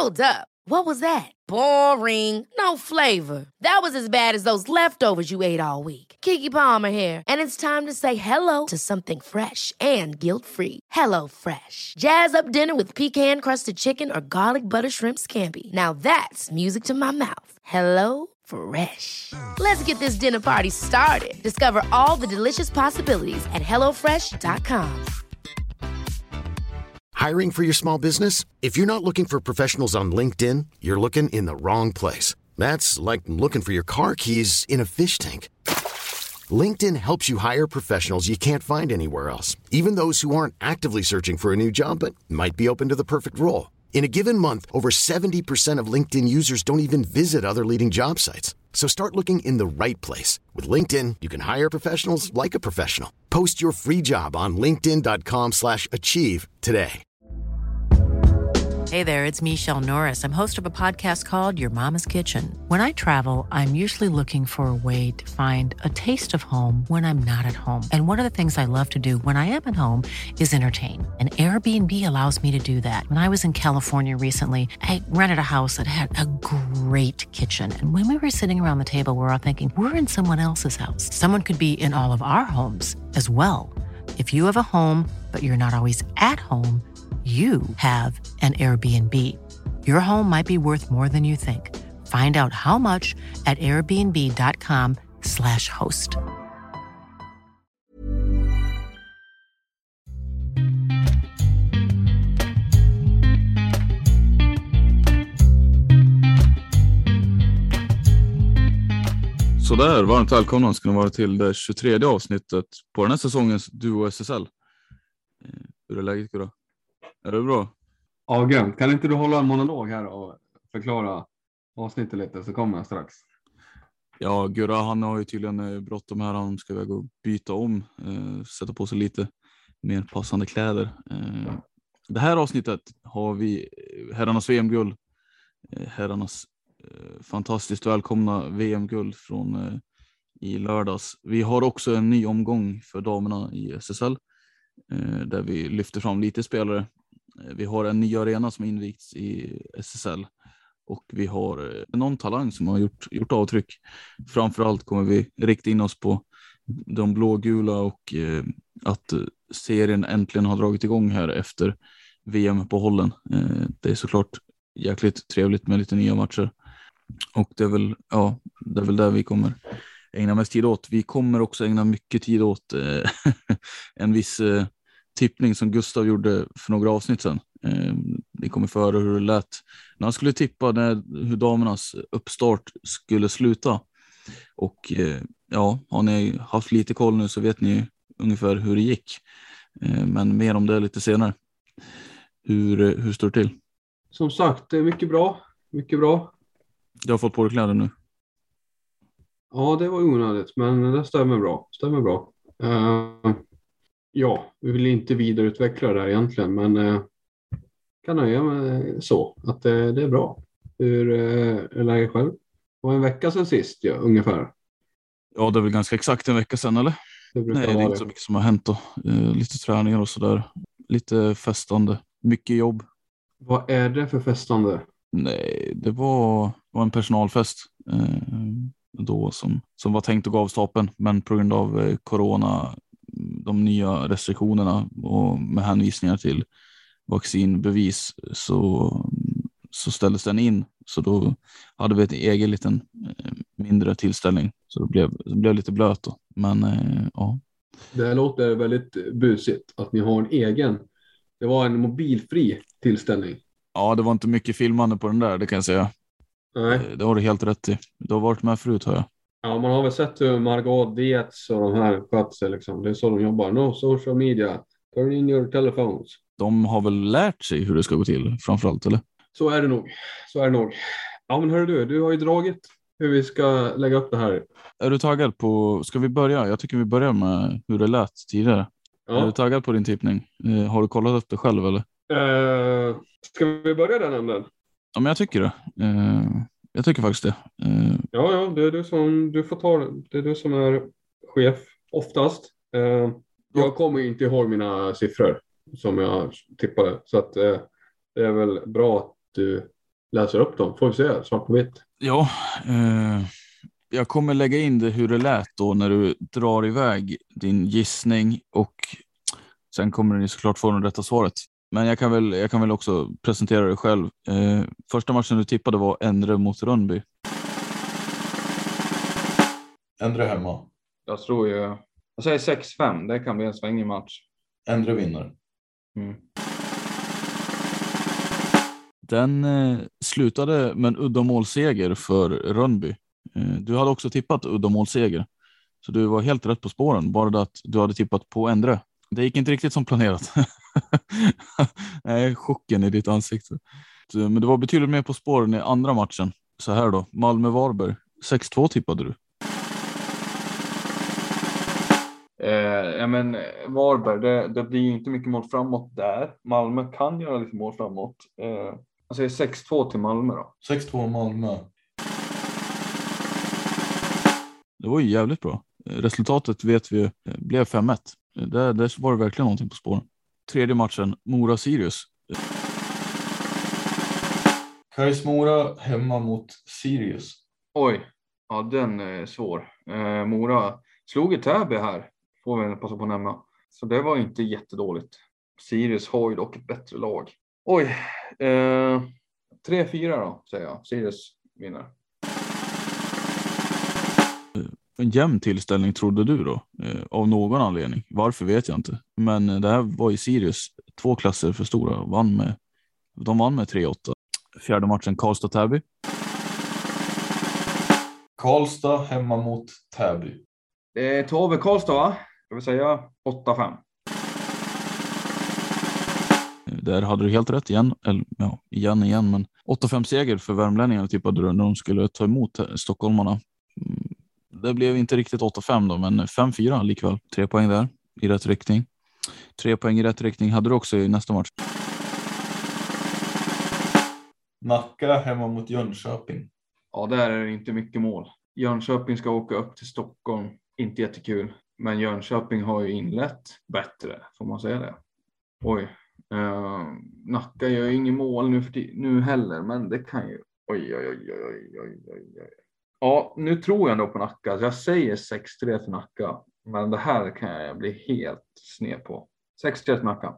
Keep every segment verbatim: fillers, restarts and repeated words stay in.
Hold up. What was that? Boring. No flavor. That was as bad as those leftovers you ate all week. Keke Palmer here, and it's time to say hello to something fresh and guilt-free. Hello Fresh. Jazz up dinner with pecan-crusted chicken or garlic butter shrimp scampi. Now that's music to my mouth. Hello Fresh. Let's get this dinner party started. Discover all the delicious possibilities at hello fresh dot com. Hiring for your small business? If you're not looking for professionals on LinkedIn, you're looking in the wrong place. That's like looking for your car keys in a fish tank. LinkedIn helps you hire professionals you can't find anywhere else, even those who aren't actively searching for a new job but might be open to the perfect role. In a given month, over seventy percent of LinkedIn users don't even visit other leading job sites. So start looking in the right place. With LinkedIn, you can hire professionals like a professional. Post your free job on linkedin dot com slash achieve today. Hey there, it's Michelle Norris. I'm host of a podcast called Your Mama's Kitchen. When I travel, I'm usually looking for a way to find a taste of home when I'm not at home. And one of the things I love to do when I am at home is entertain. And Airbnb allows me to do that. When I was in California recently, I rented a house that had a great kitchen. And when we were sitting around the table, we're all thinking, we're in someone else's house. Someone could be in all of our homes as well. If you have a home, but you're not always at home, you have an Airbnb. Your home might be worth more than you think. Find out how much at airbnb dot com slash host. Så där, varmt välkomna ska ni vara till det tjugotredje avsnittet på den här säsongens Duo S S L. Hur är läget, Gurra? Är det bra? Ja, grymt. Kan inte du hålla en monolog här och förklara avsnittet lite, så kommer jag strax. Ja, Gurra, han har ju tydligen bråttom här. Han ska väga och byta om, eh, sätta på sig lite mer passande kläder. Eh, det här avsnittet har vi herrarnas V M-guld. Eh, herrarnas eh, fantastiskt välkomna V M-guld från eh, i lördags. Vi har också en ny omgång för damerna i S S L. Eh, där vi lyfter fram lite spelare. Vi har en ny arena som invigts i S S L och vi har någon talang som har gjort, gjort avtryck. Framförallt kommer vi rikta in oss på de blågula och eh, att serien äntligen har dragit igång här efter V M på hållen. Eh, det är såklart jäkligt trevligt med lite nya matcher och det är väl, ja, det är väl där vi kommer ägna mest tid åt. Vi kommer också ägna mycket tid åt eh, en viss eh, tippning som Gustav gjorde för några avsnitt sedan. Eh, vi kommer föra hur det lät när han skulle tippa när, hur damernas uppstart skulle sluta. Och eh, ja, har ni haft lite koll nu så vet ni ungefär hur det gick. Eh, men mer om det lite senare. Hur, hur står det till? Som sagt, det är mycket bra. Mycket bra. Du har fått på dig kläder nu. Ja, det var onödigt, men det stämmer bra. Stämmer bra. Uh, ja, vi vill inte vidareutveckla det här egentligen, men uh, kan nöja med så att uh, det är bra. Hur uh, är läget själv? Det var en vecka sedan sist, ja, ungefär. Ja, det är väl ganska exakt en vecka sedan, eller? Det Nej, det är inte det. Så mycket som har hänt då. Uh, lite träningar och sådär. Lite festande. Mycket jobb. Vad är det för festande? Nej, det var, var en personalfest. Uh, då som, som var tänkt att gå av stapeln, men på grund av eh, corona, de nya restriktionerna och med hänvisningar till vaccinbevis så, så ställdes den in. Så då hade vi ett egen liten eh, mindre tillställning, så det blev, det blev lite blöt då. Men eh, ja. Det låter väldigt busigt att ni har en egen. Det var en mobilfri tillställning. Ja, det var inte mycket filmande på den där, det kan jag säga. Nej. Det har du helt rätt i. Du har varit med förut, hör jag. Ja, man har väl sett hur Margot Dietz och de här sköter sig liksom. Det är så de jobbar. No social media. Turn in your telephones. De har väl lärt sig hur det ska gå till, framförallt, eller? Så är det nog. Så är det nog. Ja, men hör du, du har ju dragit hur vi ska lägga upp det här. Är du taggad på... Ska vi börja? Jag tycker vi börjar med hur det lät tidigare. Ja. Är du taggad på din tippning? Eh, har du kollat upp det själv, eller? Uh, ska vi börja den änden? Ja, men jag tycker det. Eh, jag tycker faktiskt det. Eh. Ja, ja, det är du som du får ta det. Det är du som är chef oftast. Eh, jag kommer inte ihåg mina siffror som jag tippade. Så att eh, det är väl bra att du läser upp dem. Får vi se, svart på vitt. Ja, eh, jag kommer lägga in det hur det lät då när du drar iväg din gissning och sen kommer ni såklart få det rätta svaret. Men jag kan väl, jag kan väl också presentera det själv. Eh, första matchen du tippade var Endre mot Rönnby. Endre hemma. Jag tror ju... Jag säger sex fem. Det kan bli en svängig match. Endre vinner. Mm. Den eh, slutade med en uddamålsseger för Rönnby. Eh, du hade också tippat uddamålsseger. Så du var helt rätt på spåren. Bara det att du hade tippat på Endre. Det gick inte riktigt som planerat. Nej, chocken i ditt ansikte. Men det var betydligt mer på spåren i andra matchen. Så här då. Malmö-Varberg. sex två tippade du. Eh, ja, men Varberg, det, det blir ju inte mycket mål framåt där. Malmö kan göra lite mål framåt. Eh, jag säger sex två till Malmö då. sex två Malmö. Det var ju jävligt bra. Resultatet vet vi blev fem ett. Där, där var det verkligen någonting på spåren. Tredje matchen, Mora-Sirius. Kais Mora hemma mot Sirius. Oj, ja den är svår. Eh, Mora slog i Täby här. Får vi passa på att nämna. Så det var inte jättedåligt. Sirius har ju dock ett bättre lag. Oj, eh, tre fyra då säger jag. Sirius vinner. En jämn tillställning trodde du då, eh, av någon anledning. Varför vet jag inte. Men det här var i Sirius två klasser för stora. Vann med, de vann med tre åtta. Fjärde matchen Karlstad-Täby. Karlstad hemma mot Täby. Det är Tove Karlstad va? Jag vill säga åtta fem. Där hade du helt rätt igen. Eller, ja, igen igen. Men åtta fem seger för värmlänningarna tippade du när de skulle ta emot stockholmarna. Det blev inte riktigt åtta fem då, men fem fyra likväl. Tre poäng där i rätt riktning. Tre poäng i rätt riktning hade du också i nästa match. Nacka hemma mot Jönköping. Ja, där är det inte mycket mål. Jönköping ska åka upp till Stockholm. Inte jättekul. Men Jönköping har ju inlett bättre, får man säga det. Oj. Uh, Nacka gör ju ingen mål nu, för nu heller, men det kan ju... Oj, oj, oj, oj, oj, oj, oj. Ja, nu tror jag ändå på Nacka. Jag säger sex tre för Nacka. Men det här kan jag bli helt sned på. sex tre för Nacka.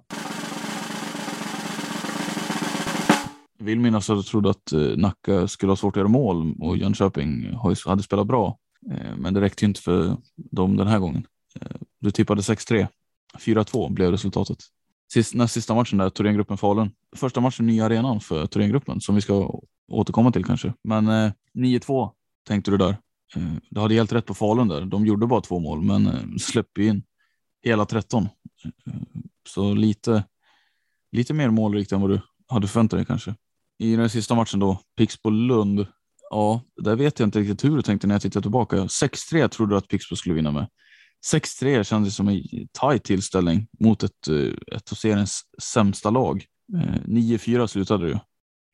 Vill minnas att du trodde att Nacka skulle ha svårt att göra mål och Jönköping hade spelat bra. Men det räckte inte för dem den här gången. Du tippade sex tre. fyra två blev resultatet. Sist, näst sista matchen där, Thorengruppen Falun. Första matchen nya arenan för Thorengruppen som vi ska återkomma till kanske. Men eh, nio två tänkte du där. Eh, du hade helt rätt på Falun där. De gjorde bara två mål men eh, släppte in hela tretton. Eh, så lite, lite mer målrikt än vad du hade förväntat dig kanske. I den sista matchen då, Pixbo Lund. Ja, där vet jag inte riktigt hur du tänkte när jag tittade tillbaka. sex tre trodde du att Pixbo skulle vinna med. sex tre kändes som en tight tillställning mot ett, ett av seriens sämsta lag. nio fyra slutade det ju.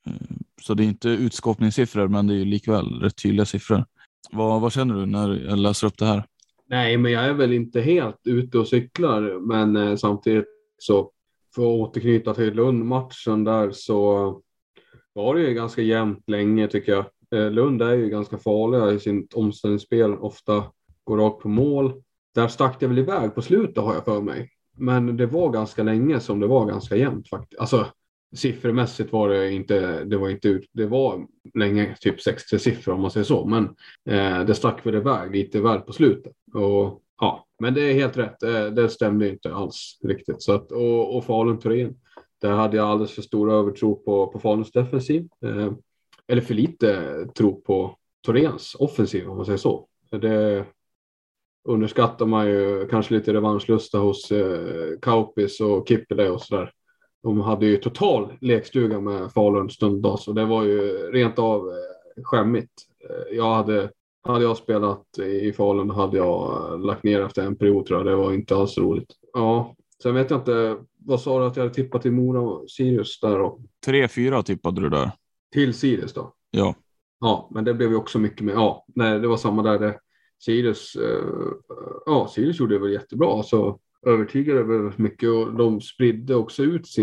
Så det är inte utskåpningssiffror, men det är ju likväl rätt tydliga siffror. Vad, vad känner du när jag läser upp det här? Nej, men jag är väl inte helt ute och cyklar, men eh, samtidigt så för att återknyta till Lund-matchen där så var det ju ganska jämnt länge tycker jag. Eh, Lund är ju ganska farliga i sin omställningsspel, ofta går rakt på mål. Där stack det väl iväg på slutet har jag för mig. Men det var ganska länge som det var ganska jämnt faktiskt. Alltså siffermässigt var det inte, det var inte ut, det var länge typ sextio siffror om man säger så. Men eh, det stack väl iväg lite väl på slutet. Och ja, men det är helt rätt. Det, det stämde inte alls riktigt. Så att, och, och Falun-Thorén, där hade jag alldeles för stor övertro på, på Faluns defensiv. Eh, eller för lite tro på Thoréns offensiv om man säger så. Det underskattar man ju kanske lite revanschlusta hos eh, Kaupis och Kippele och sådär. De hade ju total lekstuga med Falun stundtals och det var ju rent av eh, skämmigt. Eh, jag hade, hade jag spelat i Falun hade jag lagt ner efter en period tror jag. Det var inte alls roligt. Ja, sen vet jag inte, vad sa du att jag hade tippat till Mora och Sirius där då? tre fyra tippade du där. Till Sirius då? Ja. Ja, men det blev ju också mycket med, ja, nej, det var samma där det Sirius, eh, ja, Sirius gjorde det väl jättebra. Så övertygade väl mycket och de spridde också ut sin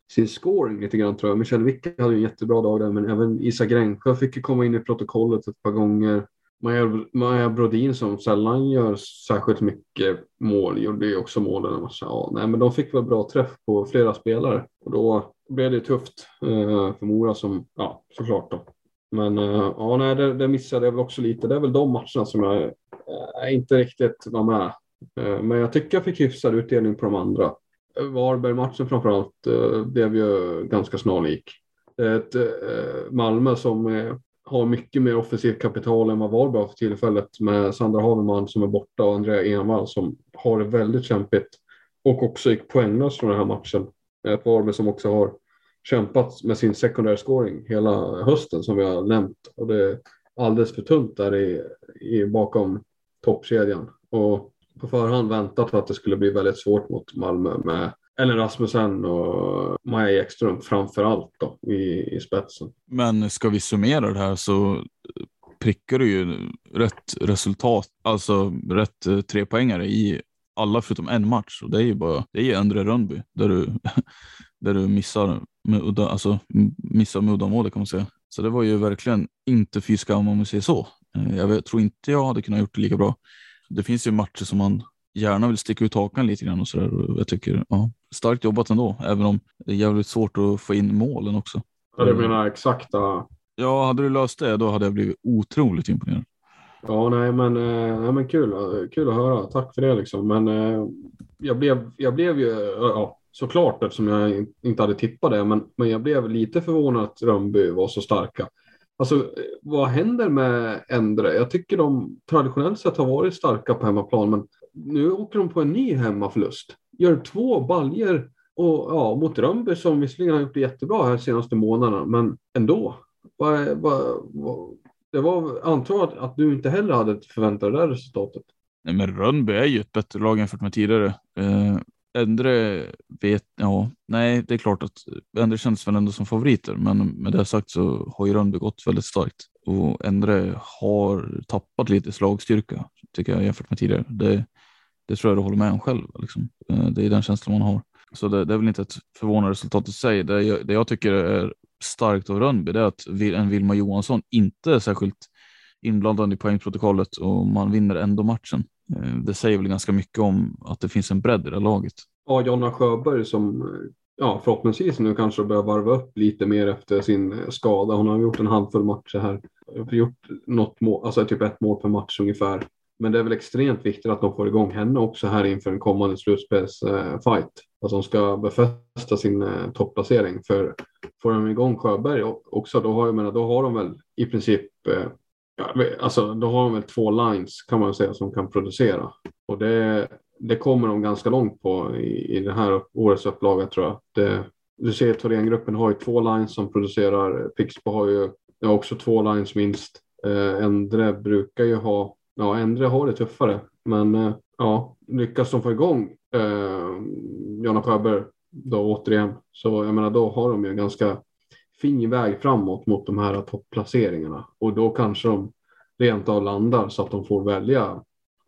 sin scoring lite grann tror jag. Michel Vicke hade en jättebra dag där, men även Isak Gränksjö fick ju komma in i protokollet ett par gånger. Maja, Maja Brodin som sällan gör särskilt mycket mål gjorde ju också målen. Ja, nej, men de fick väl bra träff på flera spelare och då blev det tufft eh, för Mora som, ja såklart då. Men eh, ja, nej, det, det missade jag väl också lite. Det är väl de matcherna som jag eh, inte riktigt var med. Eh, men jag tycker jag fick hyfsad utdelning på de andra. Varberg-matchen framförallt eh, blev ju ganska snarlik. Ett eh, Malmö som eh, har mycket mer offensivt kapital än vad Varberg har för tillfället med Sandra Haveman som är borta och Andrea Envall som har det väldigt kämpigt och också gick poänglös från den här matchen. Ett Varberg som också har kämpat med sin sekundär scoring hela hösten som vi har nämnt och det är alldeles för tunt där i, i bakom toppkedjan och på förhand väntat att det skulle bli väldigt svårt mot Malmö med Ellen Rasmussen och Maja Ekström framför allt då i, i spetsen. Men ska vi summera det här så prickar du ju rätt resultat, alltså rätt tre poängare i alla förutom en match och det är ju bara, det är ju Endre Rönnby där du, där du missar med udda, alltså missar med uddamålet kan man säga. Så det var ju verkligen inte fy skam om man säger så. Jag vet, tror inte jag hade kunnat gjort det lika bra. Det finns ju matcher som man gärna vill sticka ut hakan lite grann och sådär. Jag tycker, ja, starkt jobbat ändå. Även om det är jävligt svårt att få in målen också. Ja, det menar exakta. Ja, hade du löst det då hade jag blivit otroligt imponerad. Ja, nej men, nej, men kul, kul att höra. Tack för det liksom. Men eh, jag, blev, jag blev ju, ja, såklart eftersom jag inte hade tippat det. Men, men jag blev lite förvånad att Rönnby var så starka. Alltså, vad händer med Endre? Jag tycker de traditionellt sett har varit starka på hemmaplan, men nu åker de på en ny hemmaförlust. Gör två baljer och, ja, mot Rönnby som visserligen har gjort det jättebra här senaste månaderna, men ändå. Vad, vad, vad, det var antar att, att du inte heller hade förväntat det där resultatet. Nej, men Rönnby är ju ett bättre lag jämfört med tidigare. Eh, Endre vet, ja, nej, det är klart att Endre känns väl ändå som favoriter, men med det sagt så har ju Rönnby gått väldigt starkt och Endre har tappat lite slagstyrka tycker jag jämfört med tidigare. Det, det tror jag du håller med om själv liksom. Det är den känslan man har. Så det, det är väl inte ett förvånande resultat i sig. Det jag, det jag tycker är starkt av Rönnby det är att en Vilma Johansson inte är särskilt inblandad i poängprotokollet och man vinner ändå matchen. Det säger väl ganska mycket om att det finns en bredd i det laget. Ja, Jonna Sjöberg som ja, förhoppningsvis nu kanske börjar varva upp lite mer efter sin skada. Hon har gjort en handfull matcher här. Har gjort något mål, alltså typ ett mål per match ungefär. Men det är väl extremt viktigt att de får igång henne också här inför en kommande slutspelsfight. Att de ska befästa sin eh, topplacering. För får de igång Sjöberg också, då har, jag menar, då har de väl i princip eh, ja, alltså, då har de väl två lines kan man säga som kan producera. Och det, det kommer de ganska långt på i, i det här årets upplaga tror jag. Det, du ser Thorengruppen har ju två lines som producerar. Pixbo har ju ja, också två lines minst. Eh, Endre brukar ju ha Ja, Endre har det tuffare. Men eh, ja, lyckas de få igång eh, Jonna Sjöberg då återigen. Så jag menar, då har de ju en ganska fin väg framåt mot de här topplaceringarna. Och då kanske de rent av landar så att de får välja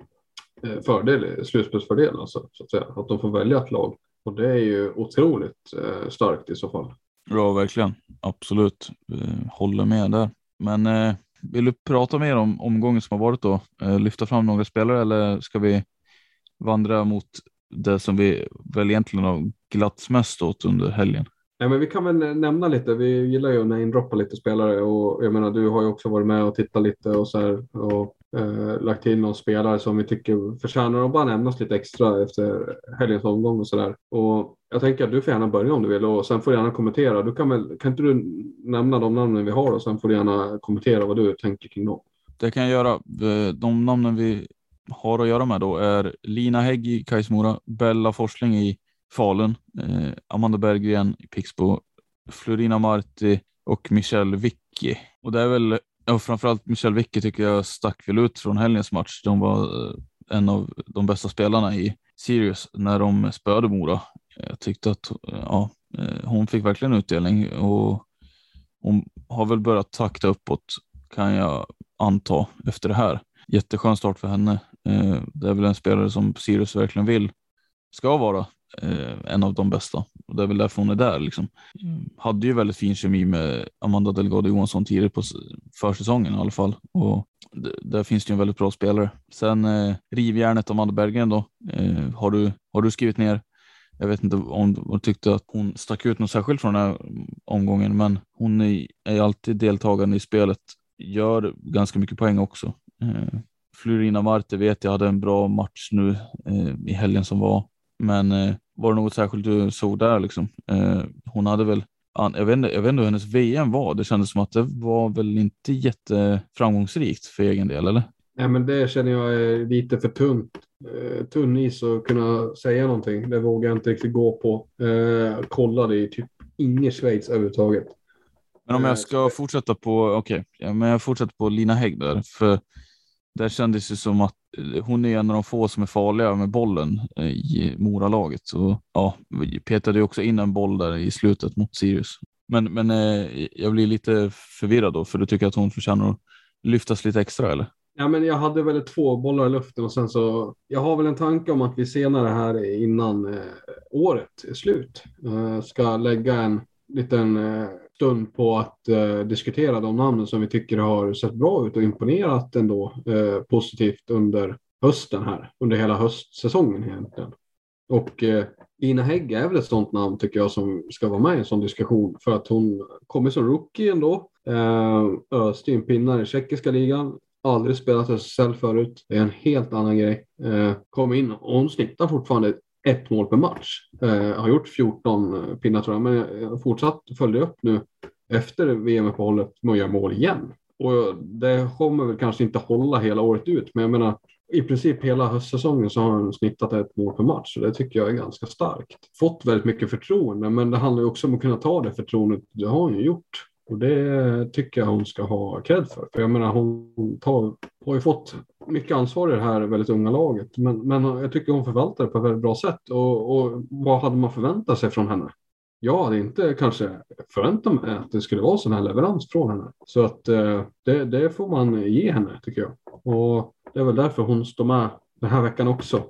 eh, fördel, slutspelsfördel alltså, så att säga. Att de får välja ett lag. Och det är ju otroligt eh, starkt i så fall. Ja, verkligen. Absolut. Eh, håller med där. Men... Eh... Vill du prata mer om omgången som har varit då? Lyfta fram några spelare eller ska vi vandra mot det som vi väl egentligen har glatts mest åt under helgen? Nej, men vi kan väl nämna lite. Vi gillar ju att namedroppa lite spelare och jag menar du har ju också varit med och tittat lite och så här och eh, lagt till någon spelare som vi tycker förtjänar att bara nämnas lite extra efter helgens omgång och så där. Och jag tänker att du får gärna börja om du vill och sen får du gärna kommentera. Du kan, väl, kan inte du nämna de namnen vi har och sen får du gärna kommentera vad du tänker kring dem. Det kan jag göra. De namnen vi har att göra med då är Lina Hägg i Kajsmora, Bella Forsling i Falun, eh, Amanda Berggren i Pixbo, Florina Marti och Michelle Vicky. Och det är väl, ja, framförallt Michelle Vicky tycker jag stack väl ut från helgens match. De var eh, en av de bästa spelarna i Sirius när de spöade Mora. Jag tyckte att ja, hon fick verkligen utdelning och hon har väl börjat takta uppåt kan jag anta efter det här. Jätteskön start för henne. Det är väl en spelare som Sirius verkligen vill ska vara eh, en av de bästa. Och det är väl därför hon är där liksom. Mm. Hade ju väldigt fin kemi med Amanda Delgado Johansson tidigare på försäsongen i alla fall. Och d- där finns det ju en väldigt bra spelare. Sen eh, rivjärnet Amanda Berggren då. Eh, har, du, har du skrivit ner? Jag vet inte om du tyckte att hon stack ut något särskilt från den här omgången, men hon är, är alltid deltagande i spelet. Gör ganska mycket poäng också. Eh, Florina Marte vet jag hade en bra match nu eh, i helgen som var. Men eh, var det något särskilt du såg där liksom? Eh, hon hade väl, jag vet, inte, jag vet inte hur hennes V M var. Det kändes som att det var väl inte jätteframgångsrikt för egen del, eller? Nej, men det känner jag är lite för tunt. Eh, tunn is att kunna säga någonting. Det vågar jag inte riktigt gå på. Eh, kollade i typ ingen Schweiz överhuvudtaget. Men om jag ska eh, fortsätta på, okej, okay, ja, men jag fortsätter på Lina Hägg där. För där kändes det som att hon är en av de få som är farliga med bollen i Mora-laget. Så ja, vi petade ju också in en boll där i slutet mot Sirius. Men, men eh, jag blir lite förvirrad då, för du tycker att hon förtjänar att lyftas lite extra, eller? Ja, men jag hade väl två bollar i luften och sen så, jag har väl en tanke om att vi senare här innan eh, året är slut eh, ska lägga en liten eh, stund på att eh, diskutera de namnen som vi tycker har sett bra ut och imponerat ändå eh, positivt under hösten här, under hela höstsäsongen egentligen. Och eh, Lina Hägg är väl ett sånt namn tycker jag som ska vara med i en sån diskussion för att hon kommer som rookie ändå, eh, öste in pinnar i tjeckiska ligan. Aldrig spelat S S L förut. Det är en helt annan grej. Eh, kom in och hon snittar fortfarande ett mål per match. Eh, har gjort fjorton pinnar tror jag. Men jag fortsatt följa upp nu efter V M-uppehållet med att göra mål igen. Och det kommer väl kanske inte hålla hela året ut. Men jag menar, i princip hela höstsäsongen så har hon snittat ett mål per match. Så det tycker jag är ganska starkt. Fått väldigt mycket förtroende. Men det handlar ju också om att kunna ta det förtroendet. Det har hon ju gjort. Och det tycker jag hon ska ha cred för. För jag menar, hon tar, har ju fått mycket ansvar i det här väldigt unga laget. Men, men jag tycker hon förvaltar det på ett väldigt bra sätt. Och, och vad hade man förväntat sig från henne? Jag hade inte kanske förväntat mig att det skulle vara sån här leverans från henne. Så att det, det får man ge henne tycker jag. Och det är väl därför hon står med den här veckan också.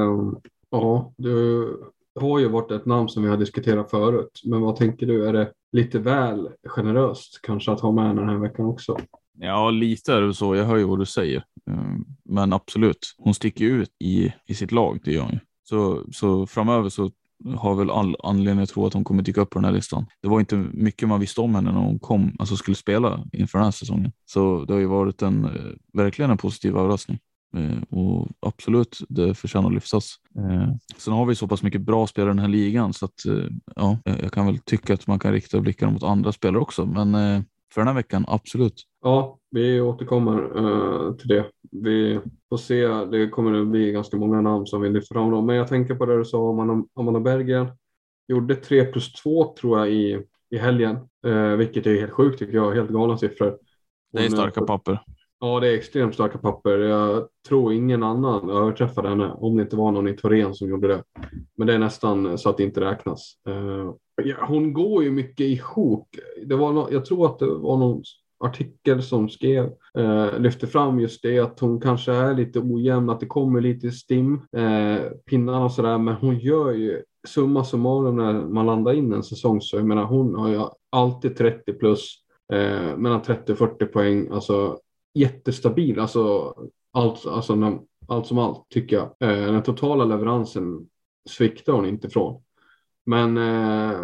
Ja, det har ju varit ett namn som vi har diskuterat förut. Men vad tänker du? Är det lite väl generöst kanske att ha med den här veckan också? Ja, lite är det så. Jag hör ju vad du säger. Men absolut, hon sticker ut i, i sitt lag, det gör hon ju. Så, så framöver så har väl all anledning att tro att hon kommer dyka upp på den här listan. Det var inte mycket man visste om henne när hon kom, alltså skulle spela inför den här säsongen. Så det har ju varit en, verkligen en positiv överraskning. Och absolut, det förtjänar att lyftas. Sen har vi så pass mycket bra spelare i den här ligan så att ja, jag kan väl tycka att man kan rikta blickarna mot andra spelare också. Men för den här veckan, absolut. Ja, vi återkommer uh, till det. Vi får se, det kommer att bli ganska många namn som vi lyfter fram då. Men jag tänker på det du sa om Amanda Berggren. Gjorde tre plus två tror jag i, i helgen. Uh, vilket är helt sjukt tycker jag, helt galna siffror. Hon, det är starka papper. Ja, det är extremt starka papper. Jag tror ingen annan överträffade henne om det inte var någon i Torén som gjorde det. Men det är nästan så att det inte räknas. Uh, ja, hon går ju mycket ihop. Det var no- jag tror att det var någon artikel som skrev, uh, lyfte fram just det att hon kanske är lite ojämn, att det kommer lite stim, uh, pinnar och sådär. Men hon gör ju summa summarum när man landar in en säsong. Så jag menar, hon har ju alltid trettio plus, uh, mellan trettio och fyrtio poäng. Alltså jättestabil, alltså allt, alltså när, allt som allt tycker jag. Eh, den totala leveransen sviktar hon inte från. Men eh,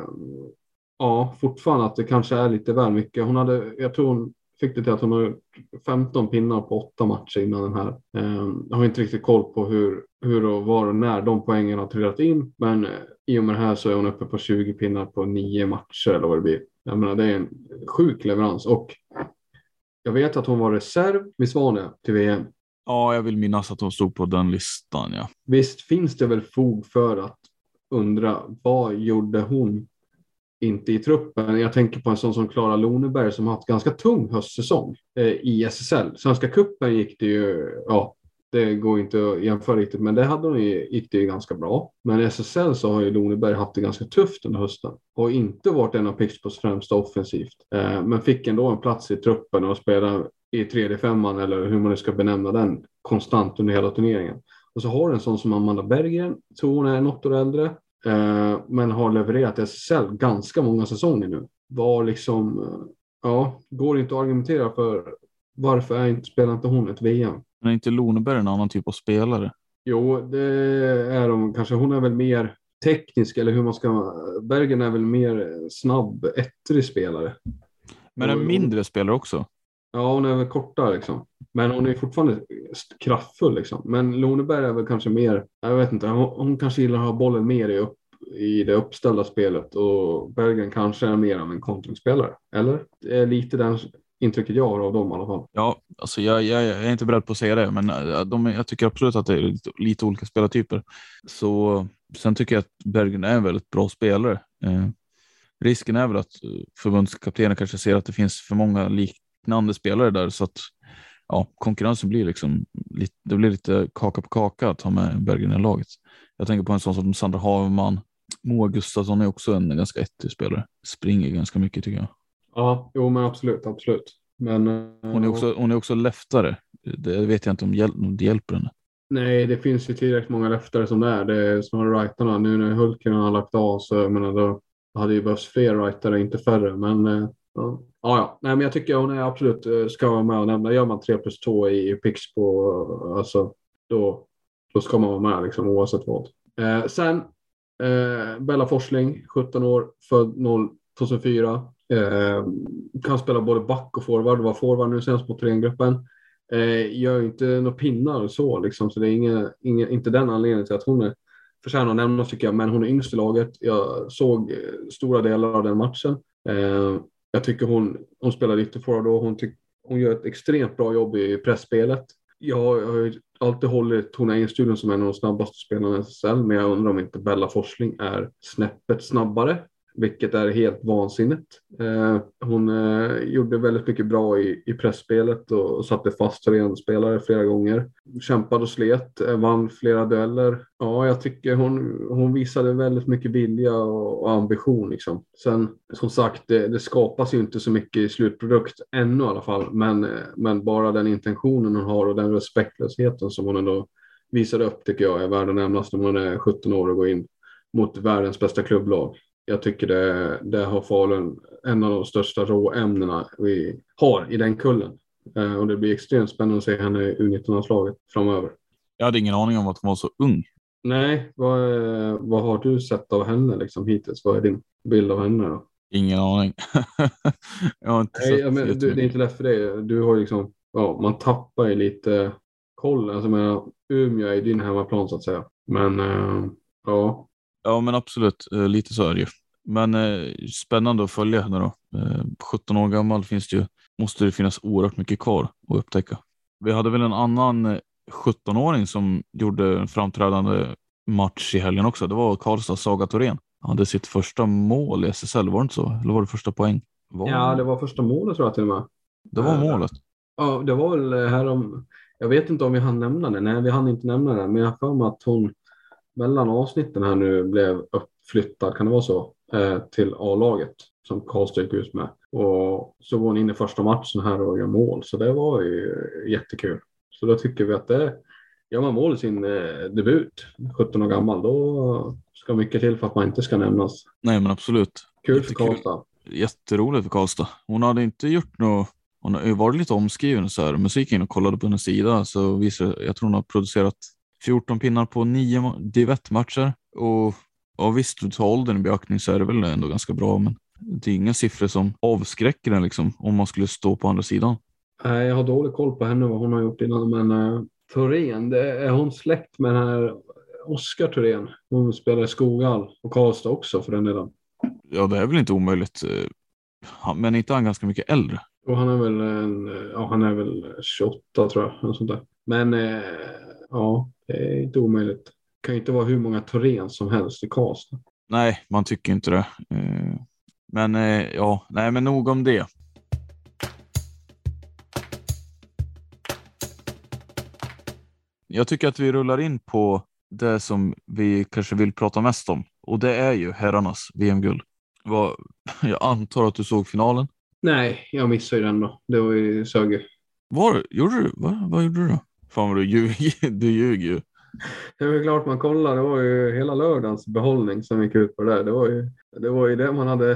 ja, fortfarande att det kanske är lite väl mycket. Hon hade, jag tror hon fick det till att hon har femton pinnar på åtta matcher innan den här. Eh, jag har inte riktigt koll på hur, hur och var och när de poängen har trillat in. Men eh, i och med det här så är hon uppe på tjugo pinnar på nio matcher eller vad det blir. Jag menar, det är en sjuk leverans och jag vet att hon var reserv vid Svanö till V M. Ja, jag vill minnas att hon stod på den listan, ja. Visst finns det väl fog för att undra, vad gjorde hon inte i truppen? Jag tänker på en sån som Klara Loneberg som har haft ganska tung höstsäsong eh, i S S L. Svenska cupen gick det ju, ja, det går inte att jämföra riktigt, men det hade hon ju, gick det ju ganska bra. Men i S S L så har ju Loneberg haft det ganska tufft under hösten. Och inte varit en av Pixbos främsta offensivt. Eh, men fick ändå en plats i truppen och spela i tredje femman eller hur man nu ska benämna den konstant under hela turneringen. Och så har du en sån som Amanda Berggren, tror hon är något år äldre. Eh, men har levererat S S L ganska många säsonger nu. Var liksom, eh, ja, går inte att argumentera för varför är inte, spelar inte hon ett V M? Men är inte Loneberg en annan typ av spelare? Jo, det är de kanske. Hon är väl mer teknisk, eller hur man ska... Bergen är väl mer snabb, ettrig spelare. Men en mindre spelare också? Ja, hon är väl kortare liksom. Men hon är fortfarande kraftfull liksom. Men Loneberg är väl kanske mer... Jag vet inte, hon, hon kanske gillar att ha bollen mer i, upp, i det uppställda spelet. Och Bergen kanske är mer av en kontringsspelare. Eller? Det är lite den intrycket jag har av dem i alla fall. Ja, alltså jag, jag, jag är inte beredd på att säga det, men de, jag tycker absolut att det är lite, lite olika spelartyper. Så sen tycker jag att Bergen är en väldigt bra spelare. Eh, risken är väl att förbundskaptenen kanske ser att det finns för många liknande spelare där, så att ja, konkurrensen blir liksom lite, det blir lite kaka på kaka att ha med Bergen i laget. Jag tänker på en sån som Sandra Havman. Moa Gustafsson är också en ganska ettrig spelare. Springer ganska mycket tycker jag. Ja, jo men absolut, absolut. Men, hon, är också, hon är också leftare. Det vet jag inte om, hjäl- om det hjälper henne. Nej, det finns ju tillräckligt många leftare som det är. Det är snarare rightarna. Nu när Hulken har lagt av så jag menar, då hade ju behövts fler rightare, inte färre. Men ja, ja. Nej, men jag tycker hon är absolut ska vara med och nämna. Gör man tre plus två i pix på, alltså, då, då ska man vara med liksom, oavsett vad. Eh, sen, eh, Bella Forsling, sjutton år, född noll tvåtusenfyra. Eh, kan spela både back och forward. Var forward nu senast på trengruppen. Eh, gör inte några pinnar så liksom, så det är inga, inga, inte den anledningen till att hon är förtjänar att nämna tycker jag, men hon är yngst i laget. Jag såg stora delar av den matchen. Eh, jag tycker hon, hon spelar lite forward och hon, tyck, hon gör ett extremt bra jobb i pressspelet. Jag, jag har ju alltid hållit Tona Enstudion som en av de snabbaste spelarna i S S L, men jag undrar om inte Bella Forsling är snäppet snabbare, vilket är helt vansinnigt. Eh, hon eh, gjorde väldigt mycket bra i, i pressspelet och, och satte fast spelare flera gånger. Kämpade och slet, eh, vann flera dueller. Ja, jag tycker hon, hon visade väldigt mycket vilja och, och ambition. Liksom. Sen, som sagt, det, det skapas ju inte så mycket i slutprodukt ännu i alla fall. Men, men bara den intentionen hon har och den respektlösheten som hon ändå visade upp tycker jag är värd att nämnas när hon är sjutton år och går in mot världens bästa klubblag. Jag tycker det, det har Falun en av de största råämnena vi har i den kullen. Eh, och det blir extremt spännande att se henne i U nitton-landslaget framöver. Jag hade ingen aning om att hon var så ung. Nej, vad, vad har du sett av henne liksom hittills? Vad är din bild av henne då? Ingen aning. jag har inte Nej, sett men du, det är inte lätt för dig. Du har liksom, ja, man tappar ju lite koll. Alltså, men Umeå är din hemmaplan så att säga. Men eh, ja. Ja, men absolut. Lite så är det ju. Men eh, spännande att följa henne då. Eh, sjutton år gammal finns det ju, måste det finnas oerhört mycket kvar att upptäcka. Vi hade väl en annan sjutton-åring som gjorde en framträdande match i helgen också. Det var Karlstad Saga Thorén. Han hade sitt första mål i S S L, var det inte så? Eller var det första poäng? Var... Ja, det var första målet tror jag till och med. Det var målet. Ja, det var väl här om... Jag vet inte om vi hann nämna det. Nej, vi hann inte nämna det. Men jag har för mig att hon mellan avsnitten här nu blev uppflyttad, kan det vara så, eh, till A-laget som Karlstad gick ut med. Och så går hon in i första matchen här och gör mål. Så det var ju jättekul. Så då tycker vi att det, gör man mål i sin eh, debut, sjutton år gammal, då ska mycket till för att man inte ska nämnas. Nej, men absolut. Kul Jättekul. för Karlstad. Jätteroligt för Karlstad. Hon hade inte gjort något, hon har ju varit lite omskriven så här. Musiken och kollade på hennes sida så visar jag tror hon har producerat fjorton pinnar på nio div ett-matcher. Och, och visst, du tar åldern i beaktning så är det väl ändå ganska bra, men det är inga siffror som avskräcker den liksom, om man skulle stå på andra sidan. Nej, jag har dålig koll på henne, vad hon har gjort innan, men uh, Thorén, det är hon släkt med den här Oskar Thorén. Hon spelar i Skoghall och Karlstad också för den delen. Ja, det är väl inte omöjligt. Men inte han ganska mycket äldre? Och han är väl, en, ja, han är väl tjugoåtta tror jag. Sånt där. Men eh, ja, det är inte omöjligt. Det kan ju inte vara hur många Thorén som helst i Karlstad. Nej, man tycker inte det. Men ja, nej men nog om det. Jag tycker att vi rullar in på det som vi kanske vill prata mest om. Och det är ju herrarnas V M-guld. Vad, jag antar att du såg finalen? Nej, jag missade ju den då. Det var ju Söge. Var, gjorde du? Va? Vad gjorde du då? Fan vad du ljuger, du ljuger ju. Det var klart man kollar, det var ju hela lördagens behållning som gick ut på det där. Det var ju det, var ju det man hade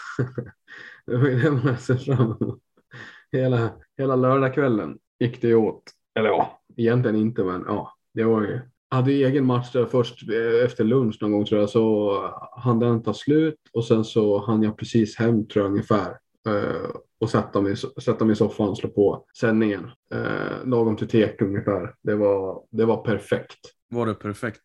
det var ju det man hade sett fram emot. Hela, hela lördagskvällen gick det åt. Eller ja, egentligen inte, men ja, det var ju. Jag hade egen match där först efter lunch någon gång tror jag, så hann den ta slut och sen så hann jag precis hem tror jag ungefär. Och sätta mig, sätta mig i soffan och slå på sändningen. Eh, lagom till tek ungefär. Det var, det var perfekt. Var det perfekt?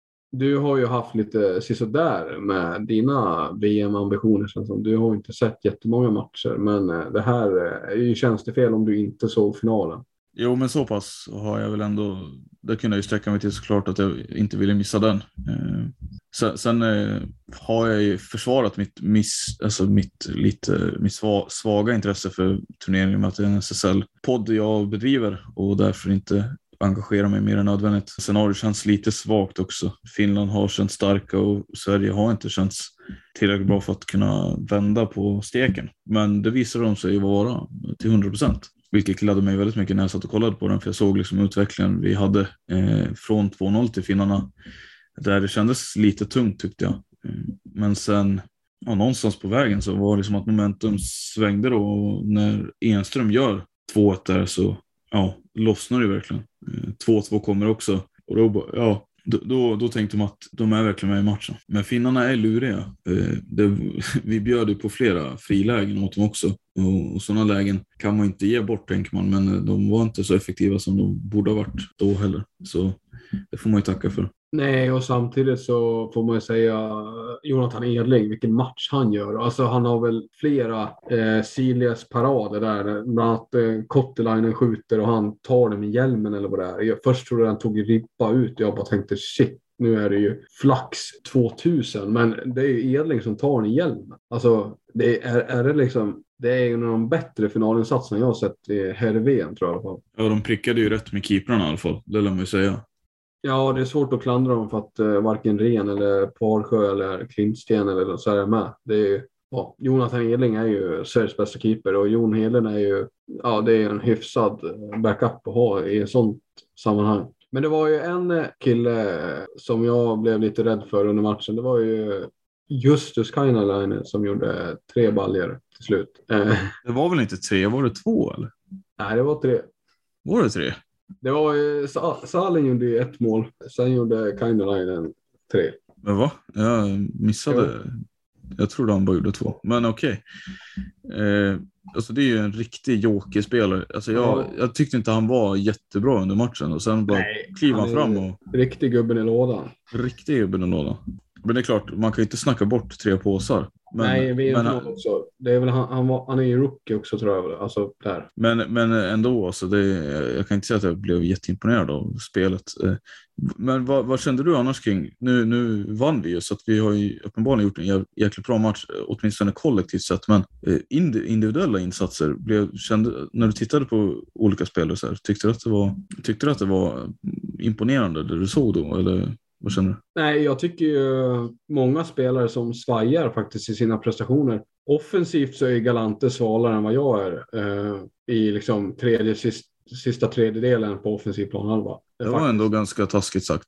Du har ju haft lite sisådär med dina V M-ambitioner. Som du har inte sett jättemånga matcher. Men det här är ju tjänstefel om du inte såg finalen. Jo, men så pass har jag väl ändå. Det kunde jag ju sträcka mig till såklart att jag inte ville missa den. Eh, sen sen eh, har jag ju försvarat mitt, miss, alltså mitt, lite, mitt sva, svaga intresse för turneringen med att det är en S S L-podd jag bedriver och därför inte engagera mig mer än nödvändigt. Sen har det känts lite svagt också. Finland har känts starka och Sverige har inte känts tillräckligt bra för att kunna vända på steken. Men det visar de sig vara till hundra procent. Vilket gladde mig väldigt mycket när jag satt och kollade på den. För jag såg liksom utvecklingen vi hade eh, från två noll till finnarna. Där det kändes lite tungt tyckte jag. Men sen ja, någonstans på vägen så var det som att momentum svängde då. Och när Enström gör två ett där så ja, lossnar det verkligen. två två kommer också. Och då, ja, då, då, då tänkte man att de är verkligen med i matchen. Men finnarna är luriga. Eh, det, vi bjöd ju på flera frilägen mot dem också. Och, och sådana lägen kan man inte ge bort tänker man. Men de var inte så effektiva som de borde ha varit då heller. Så det får man ju tacka för. Nej, och samtidigt så får man ju säga Jonathan Edling, vilken match han gör. Alltså han har väl flera eh, Silias parader där. Bland annat eh, Kottelainen skjuter och han tar den med hjälmen eller vad det är. Jag, först trodde jag han tog ribba ut och jag bara tänkte shit, nu är det ju flax tvåtusen. Men det är ju Edling som tar den i hjälmen. Alltså det är, är det liksom... Det är ju en av de bättre finalinsatserna jag har sett i Hervén tror jag i alla fall. Ja, de prickade ju rätt med keeprarna i alla fall. Det lär man ju säga. Ja, det är svårt att klandra dem för att uh, varken Ren eller Parsjö eller Klintsten eller så är det med. Det är ju, ja, Jonathan Edling är ju Sveriges bästa keeper och Jon Helen är ju, ja det är en hyfsad backup att ha i ett sånt sammanhang. Men det var ju en kille som jag blev lite rädd för under matchen. Det var ju Justus Kainalainen som gjorde tre baljor till slut. Det var väl inte tre, var det två eller? Nej, det var tre. Var det tre? Det var ju, Salin gjorde ju ett mål. Sen gjorde Kainalainen tre. Men va? Jag missade. Ja. Jag trodde han bara gjorde två. Men okej. Okay. Eh, alltså det är ju en riktig jokerspelare. Alltså jag, ja. jag tyckte inte han var jättebra under matchen. Och sen bara Nej, kliva han fram och... Riktig gubben i lådan. Riktig gubben i lådan. Men det är klart, man kan ju inte snacka bort tre påsar. Men, Nej, vi är men, också. Det är väl han, han, var, han är ju rookie också tror jag. Alltså, där. Men, men ändå, alltså, det, jag kan inte säga att jag blev jätteimponerad av spelet. Men vad, vad kände du annars kring? Nu, nu vann vi ju så att vi har ju uppenbarligen gjort en jäkligt bra match, åtminstone kollektivt sett. Men individuella insatser, blev, kände, när du tittade på olika spelare så här, tyckte du att det var, tyckte du att det var imponerande det du såg då? Eller... Vad känner du? Nej, jag tycker ju många spelare som svajar faktiskt i sina prestationer. Offensivt så är Galante svalare än vad jag är eh, i liksom tredje, sist, sista tredjedelen på offensiv planhalva. Det var faktiskt ändå ganska taskigt sagt.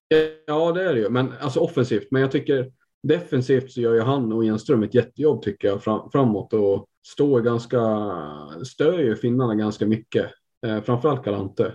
Ja, det är det ju. Men alltså offensivt. Men jag tycker defensivt så gör ju han och Enström ett jättejobb tycker jag fram, framåt och står ganska, stör ju finnarna ganska mycket. Eh, framförallt Galante.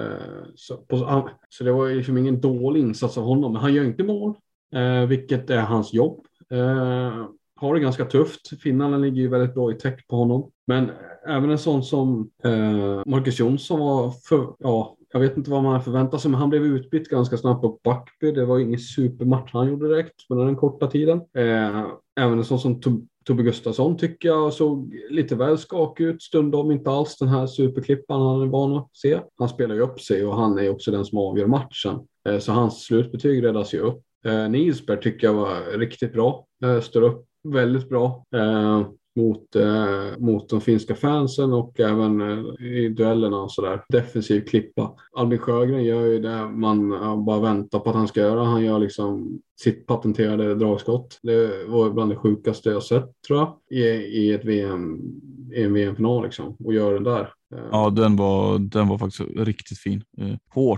Så, på, så det var ju liksom ingen dålig insats av honom, men han gör inte mål, eh, vilket är hans jobb. Eh, har det ganska tufft. Finnarna ligger ju väldigt bra i täck på honom, men även en sån som eh, Marcus Jonsson var för, ja, jag vet inte vad man förväntar sig, men han blev utbytt ganska snabbt på Backby. Det var ingen supermatch han gjorde direkt med den korta tiden. Eh, även en sån som Tob- Tobbe Gustafsson tycker jag såg lite väl skak ut stundom, inte alls den här superklippan han är van att se. Han spelar ju upp sig och han är också den som avgör matchen. Eh, så hans slutbetyg räddas ju upp. Eh, Nilsberg tycker jag var riktigt bra. Eh, står upp väldigt bra. Eh, mot, eh, mot de finska fansen och även eh, i duellerna och sådär. Defensiv klippa. Albin Sjögren gör ju det man eh, bara väntar på att han ska göra. Han gör liksom sitt patenterade dragskott. Det var bland det sjukaste jag sett tror jag i, i ett V M, i en V M-final liksom. Och gör den där. Ja, den var, den var faktiskt riktigt fin. Eh, hårt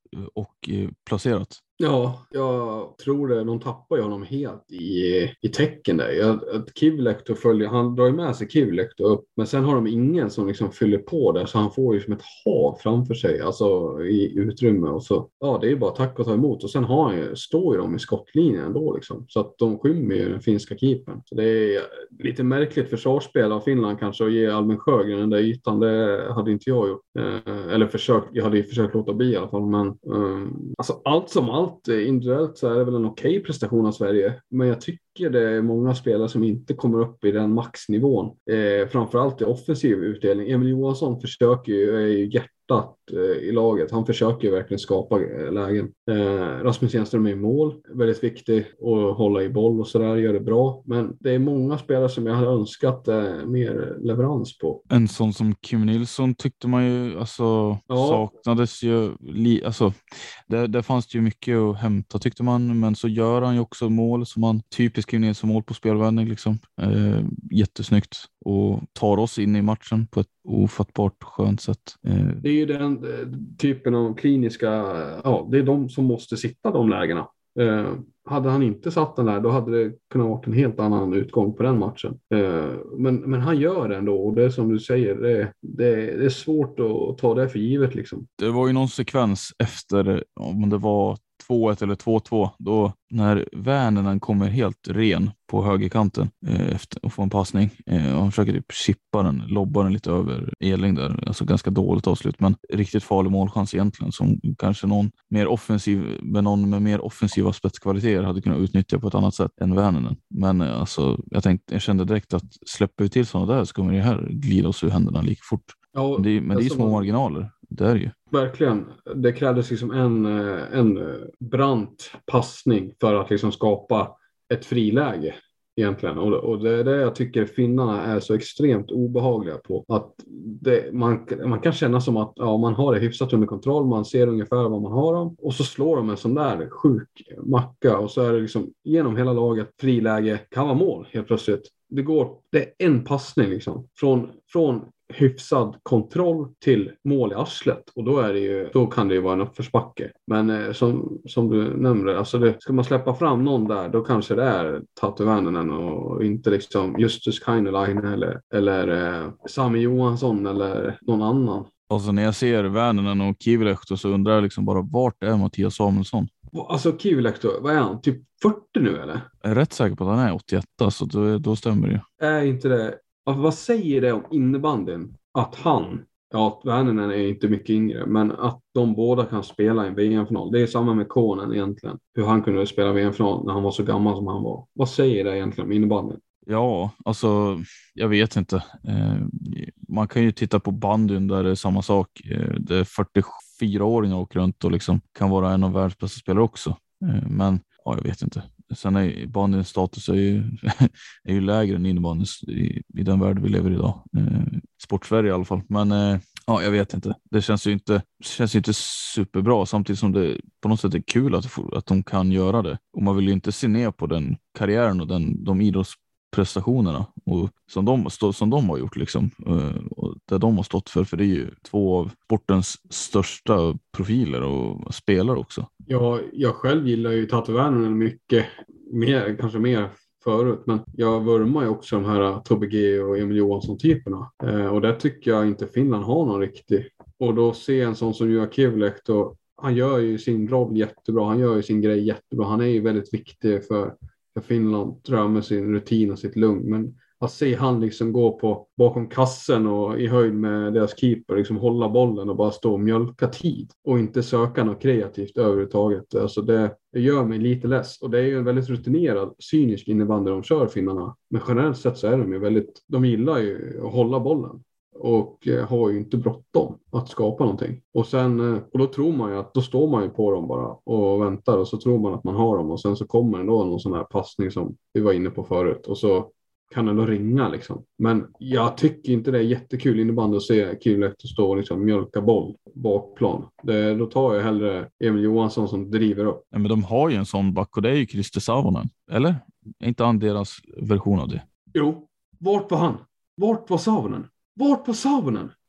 och eh, placerat. Ja, jag tror det. De tappar ju honom helt i, i tecken där. Jag, att Kivlekto följer, han drar ju med sig Kivlekto upp. Men sen har de ingen som liksom fyller på där. Så han får ju som ett hav framför sig. Alltså i utrymme. Och så, ja, det är ju bara tack och ta emot. Och sen har han ju, står ju de i skottlinjen ändå liksom. Så att de skymmer ju den finska keepern. Så det är lite märkligt försvarsspel av Finland kanske. Att ge Albin Sjögren den där ytan. Det hade inte jag gjort. Eh, eller försökt, jag hade ju försökt låta bli i alla fall. Men eh, alltså allt som allt. Individuellt så är det väl en okej prestation av Sverige. Men jag tycker det är många spelare som inte kommer upp i den maxnivån. Eh, framförallt i offensiv utdelning. Emil Johansson försöker ju, är ju hjärtat eh, i laget. Han försöker ju verkligen skapa eh, lägen. Eh, Rasmus Enström är i mål. Väldigt viktig att hålla i boll och sådär. Gör det bra. Men det är många spelare som jag hade önskat eh, mer leverans på. En sån som Kim Nilsson tyckte man ju alltså Ja. saknades ju li, alltså det, det fanns det ju mycket att hämta tyckte man, men så gör han ju också mål som man typiskt Kim Nilsson mål på spelvändning liksom. Eh, jättesnyggt och tar oss in i matchen på ett ofattbart skönt sätt. Eh. Det är ju den eh, typen av kliniska, ja, det är de som måste sitta de lägena. Eh, hade han inte satt den där, då hade det kunnat vara en helt annan utgång på den matchen. Eh, men, men han gör det ändå, och det är som du säger, det, det, det är svårt att ta det för givet liksom. Det var ju någon sekvens efter, om det var två ett eller två två, då när Värnen kommer helt ren på högerkanten eh, efter att få en passning eh, och han försöker typ chippa den, lobba den lite över Eling där, alltså ganska dåligt avslut, men riktigt farlig målchans egentligen som kanske någon mer offensiv, med någon med mer offensiva spetskvaliteter hade kunnat utnyttja på ett annat sätt än Värnen. Men eh, alltså jag tänkte, jag kände direkt att släpper vi till sådana där så kommer det här glida oss ur händerna lika fort. Ja, men det, men det är ju små man... marginaler. Det är ju. Verkligen. Det krävdes liksom en, en brant passning för att liksom skapa ett friläge egentligen. Och, och det är det jag tycker finnarna är så extremt obehagliga på. Att det, man, man kan känna som att ja, man har det hyfsat under kontroll. Man ser ungefär vad man har dem. Och så slår de en sån där sjuk macka. Och så är det liksom genom hela laget friläge. Kan vara mål helt plötsligt. Det går, det är en passning liksom. Från, från hyfsad kontroll till mål i arslet, och då är det ju, då kan det ju vara en uppförsbacke. Men eh, som, som du nämnde, alltså det, ska man släppa fram någon där, då kanske det är Tatu Värninen och inte liksom Justus Kainelainen eller, eller eh, Sami Johansson eller någon annan. Alltså när jag ser Värninen och Kivlekto så undrar jag liksom bara, vart är Mattias Samuelsson? Alltså Kivlekto, vad är han? Typ fyrtio nu eller? Jag är rätt säker på att han är åttioåtta, så då, då stämmer det ju. Är inte det? Alltså, vad säger det om innebandyn? Att han, ja, Värninen är inte mycket yngre, men att de båda kan spela i en V M-final. Det är samma med Konen egentligen. Hur han kunde spela V M-final när han var så gammal som han var. Vad säger det egentligen om innebandyn? Ja, alltså jag vet inte. Eh, man kan ju titta på bandyn där det är samma sak. Eh, det är fyrtiofyra-åringar åker runt och liksom kan vara en av världens bästa spelare också. Eh, men ja, jag vet inte. Sen är bandyns status är ju, är ju lägre än innebandyns i, i den värld vi lever i idag. Eh, Sportsverige i alla fall. Men eh, ja, jag vet inte. Det känns ju inte, känns ju inte superbra, samtidigt som det på något sätt är kul att, att de kan göra det. Och man vill ju inte se ner på den karriären och den, de idrottsprestationerna och som, de, som de har gjort liksom. Och det de har stått för, för det är ju två av sportens största profiler och spelare också. Ja, jag själv gillar ju Tatu Värninen mycket mer, kanske mer förut, men jag vurmar ju också de här Tobbe G och Emil Johansson-typerna. Eh, och där tycker jag inte Finland har någon riktig. Och då ser en sån som Juha Kivlekto, han gör ju sin roll jättebra, han gör ju sin grej jättebra. Han är ju väldigt viktig för, för Finland, tror jag, med sin rutin och sitt lugn. Men att se han liksom gå på bakom kassen och i höjd med deras keeper, liksom hålla bollen och bara stå och mjölka tid och inte söka något kreativt överhuvudtaget. Alltså det, det gör mig lite less, och det är ju en väldigt rutinerad, cynisk innebandy de kör, finnarna. Men generellt sett så är de ju väldigt, de gillar ju att hålla bollen och eh, har ju inte bråttom att skapa någonting. Och sen, eh, och då tror man ju att då står man ju på dem bara och väntar, och så tror man att man har dem, och sen så kommer det då någon sån här passning som vi var inne på förut, och så kan den då ringa liksom. Men jag tycker inte det är jättekul innebandy att se Kivlekto stå och liksom mjölka boll bakplan. Det, då tar jag hellre Emil Johansson som driver upp. Ja, men de har ju en sån back, och det är ju Christer Savonen. Eller? Är inte han deras version av det? Jo, vart var han? Vart var Savonen? Vart var Savonen?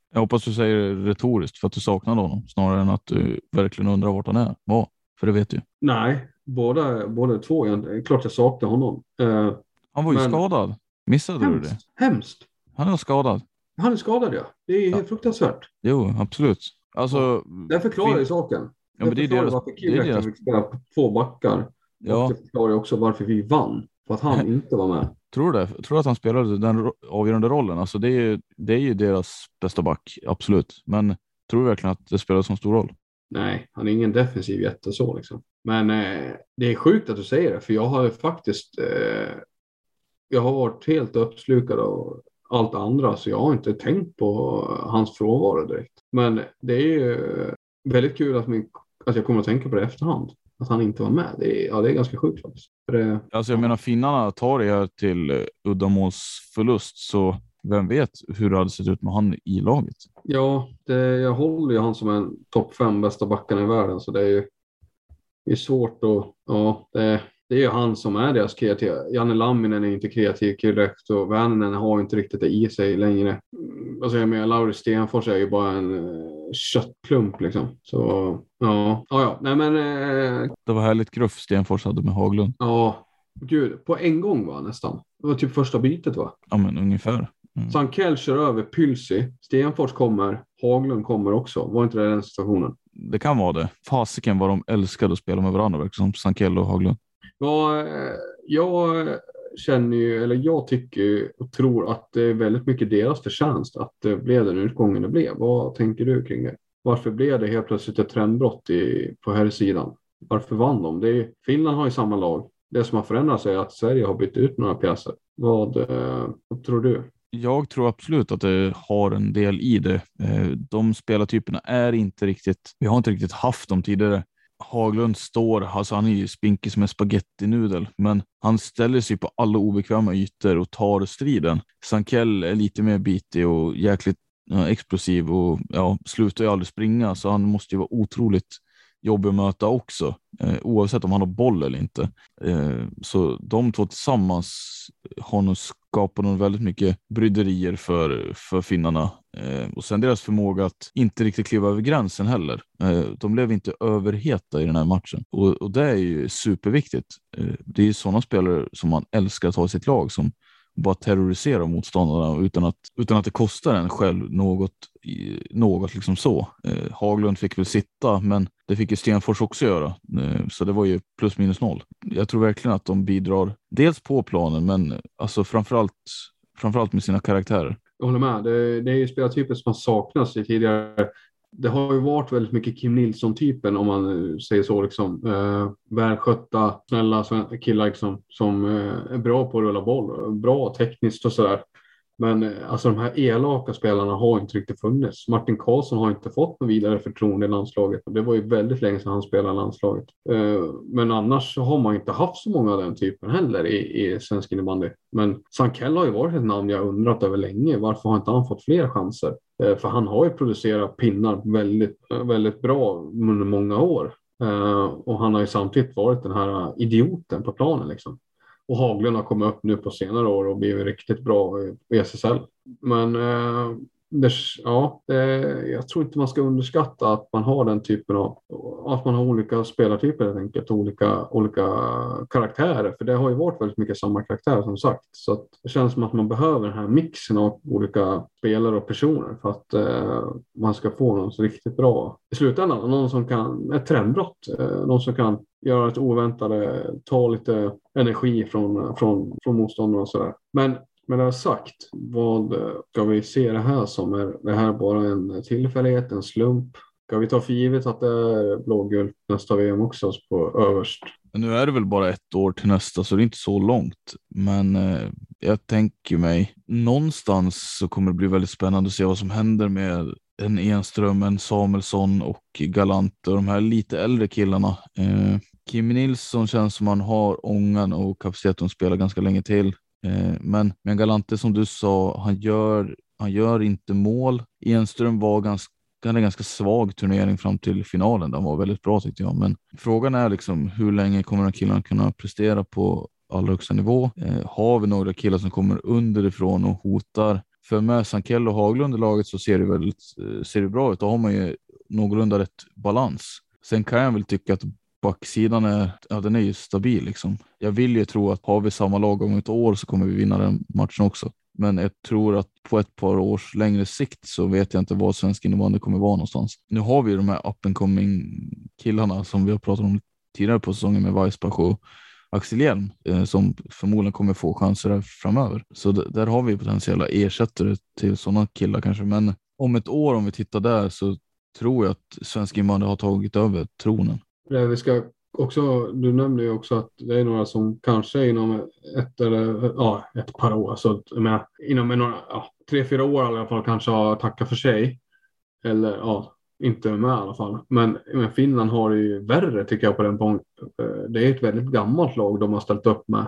Jag hoppas du säger det retoriskt för att du saknar honom snarare än att du verkligen undrar vart han är. Vad? För det vet du. Nej, båda, båda två. Jag, klart jag saknar honom. Eh, Han var ju men- skadad. Missade du det? hemskt, hemskt. Han är skadad. Han är skadad, ja. Det är Ja. helt fruktansvärt. Jo, absolut. Alltså, Det förklarar ju fin- saken. Ja, men det är förklarar deras- varför det är Killrätten deras- fick spela på två backar. ja, Och det förklarar ju också varför vi vann. För att han inte var med. tror du det? Tror du att han spelade den ro- avgörande rollen? Alltså det är ju, det är ju deras bästa back, absolut. Men tror du verkligen att det spelar så stor roll? Nej, han är ingen defensiv jätte så liksom. Men eh, det är sjukt att du säger det. För jag har ju faktiskt... Eh, jag har varit helt uppslukad av allt andra. Så jag har inte tänkt på hans frånvaro direkt. Men det är ju väldigt kul att, min, att jag kommer att tänka på det i efterhand. Att han inte var med. Det är, ja, det är ganska sjukt faktiskt. För det, Alltså jag menar, finnarna tar det här till eh, uddamålsförlust, så vem vet hur det hade sett ut med han i laget? ja, det, jag håller ju han som en topp fem bästa backarna i världen. Så det är ju det är svårt att... Ja, det, det är ju han som är deras kreativa. Janne Lamminen är inte kreativ direkt och Vänernen har inte riktigt det i sig längre. Mm, Vad säger jag med? Lauri Stenfors är ju bara en uh, köttklump liksom. Så ja, ja, ja. Nej men eh, Det var härligt gruff Stenfors hade med Haglund. ja, gud, på en gång va nästan. Det var typ första bytet va? Ja, men ungefär. Mm. Sankell kör över Pylsi. Stenfors kommer. Haglund kommer också. Var inte det den situationen? Det kan vara det. Fasiken vad de älskade att spela med varandra, verkar som Sankell och Haglund. Ja, eh, jag känner ju, eller jag tycker ju och tror att det är väldigt mycket deras förtjänst att det blev den utgången det blev. Vad tänker du kring det? Varför blev det helt plötsligt ett trendbrott i, på här sidan? Varför vann de? Det är, Finland har ju samma lag. Det som har förändrats är att Sverige har bytt ut några pjäser. Vad, eh, vad tror du? Jag tror absolut att det har en del i det. Eh, De spelartyperna är inte riktigt, vi har inte riktigt haft dem tidigare. Haglund står, alltså han är ju spinkig som en spagettinudel, men han ställer sig på alla obekväma ytor och tar striden. Sankell är lite mer bitig och jäkligt ja, explosiv och ja, slutar ju aldrig springa, så han måste ju vara otroligt jobbig att möta också, eh, oavsett om han har boll eller inte. Eh, så de två tillsammans har nog skapat nog väldigt mycket bryderier för, för finnarna. Eh, och sen deras förmåga att inte riktigt kliva över gränsen heller. Eh, de blev inte överheta i den här matchen. Och, och det är ju superviktigt. Eh, det är ju sådana spelare som man älskar att ha i sitt lag, som bara terrorisera motståndarna utan att, utan att det kostar en själv något, något liksom så. Eh, Haglund fick väl sitta, men det fick ju Stenfors också göra. Eh, så det var ju plus minus noll. Jag tror verkligen att de bidrar dels på planen, men alltså framförallt, framförallt med sina karaktärer. Jag håller med. Det, det är ju spelartyper som har saknats i tidigare. Det har ju varit väldigt mycket Kim Nilsson-typen, om man säger så. Liksom. Eh, välskötta, snälla killar liksom, som eh, är bra på att rulla boll. Bra tekniskt och sådär. Men eh, alltså, de här elaka spelarna har inte riktigt funnits. Martin Karlsson har inte fått något vidare förtroende i landslaget. Det var ju väldigt länge sedan han spelade i landslaget. Eh, men annars så har man inte haft så många av den typen heller i, i svensk innebandy. Men Sankell har ju varit ett namn jag undrat över länge. Varför har inte han fått fler chanser? Eh, för han har ju producerat pinnar väldigt, väldigt bra under många år. Eh, och han har ju samtidigt varit den här idioten på planen liksom. Och Haglund har kommit upp nu på senare år och blivit riktigt bra i S S L. Men eh, det, ja, det, jag tror inte man ska underskatta att man har den typen av, att man har olika spelartyper helt enkelt, olika, olika karaktärer. För det har ju varit väldigt mycket samma karaktär som sagt. Så att det känns som att man behöver den här mixen av olika spelare och personer för att eh, man ska få någon så riktigt bra i slutändan. Någon som kan, ett trendbrott, eh, någon som kan göra ett oväntade, ta lite energi från, från, från motståndarna och sådär. Men med det här sagt, vad ska vi se det här som? Är det här bara en tillfällighet, en slump? Ska vi ta för givet att det är blåguld nästa V M också på överst? Nu är det väl bara ett år till nästa, så det är inte så långt. Men eh, jag tänker mig, någonstans så kommer det bli väldigt spännande att se vad som händer med en Enström, en Samuelsson och Galant och de här lite äldre killarna. Eh, Kim Nilsson känns som han har ångan och kapaciteten att spela ganska länge till. Eh, men men Galante, som du sa, han gör, han gör inte mål. Enström var ganska Han hade en ganska svag turnering fram till finalen. Den var väldigt bra tyckte jag. Men frågan är liksom, hur länge kommer de killarna kunna prestera på allra högsta nivå? Eh, har vi några killar som kommer underifrån och hotar För med Sankell och Haglund i laget så ser det väldigt ser det bra ut. Då har man ju någorlunda rätt balans. Sen kan jag väl tycka att backsidan är, ja, den är ju stabil liksom. Jag vill ju tro att har vi samma lag om ett år så kommer vi vinna den matchen också. Men jag tror att på ett par års längre sikt så vet jag inte vad svensk innebandy kommer vara någonstans. Nu har vi de här up and coming killarna som vi har pratat om tidigare på säsongen med Weissbach och Axel Hjelm eh, som förmodligen kommer få chanser där framöver. Så d- där har vi potentiella ersättare till sådana killar kanske. Men om ett år, om vi tittar där, så tror jag att svensk innebandy har tagit över tronen. Det vi ska också, du nämnde ju också att det är några som kanske inom ett eller ja, ett par år, så jag menar, inom några, ja, tre, fyra år i alla fall kanske har tackat för sig. Eller ja, inte med i alla fall. Men, men Finland har det ju värre tycker jag på den punkten. Det är ett väldigt gammalt lag de har ställt upp med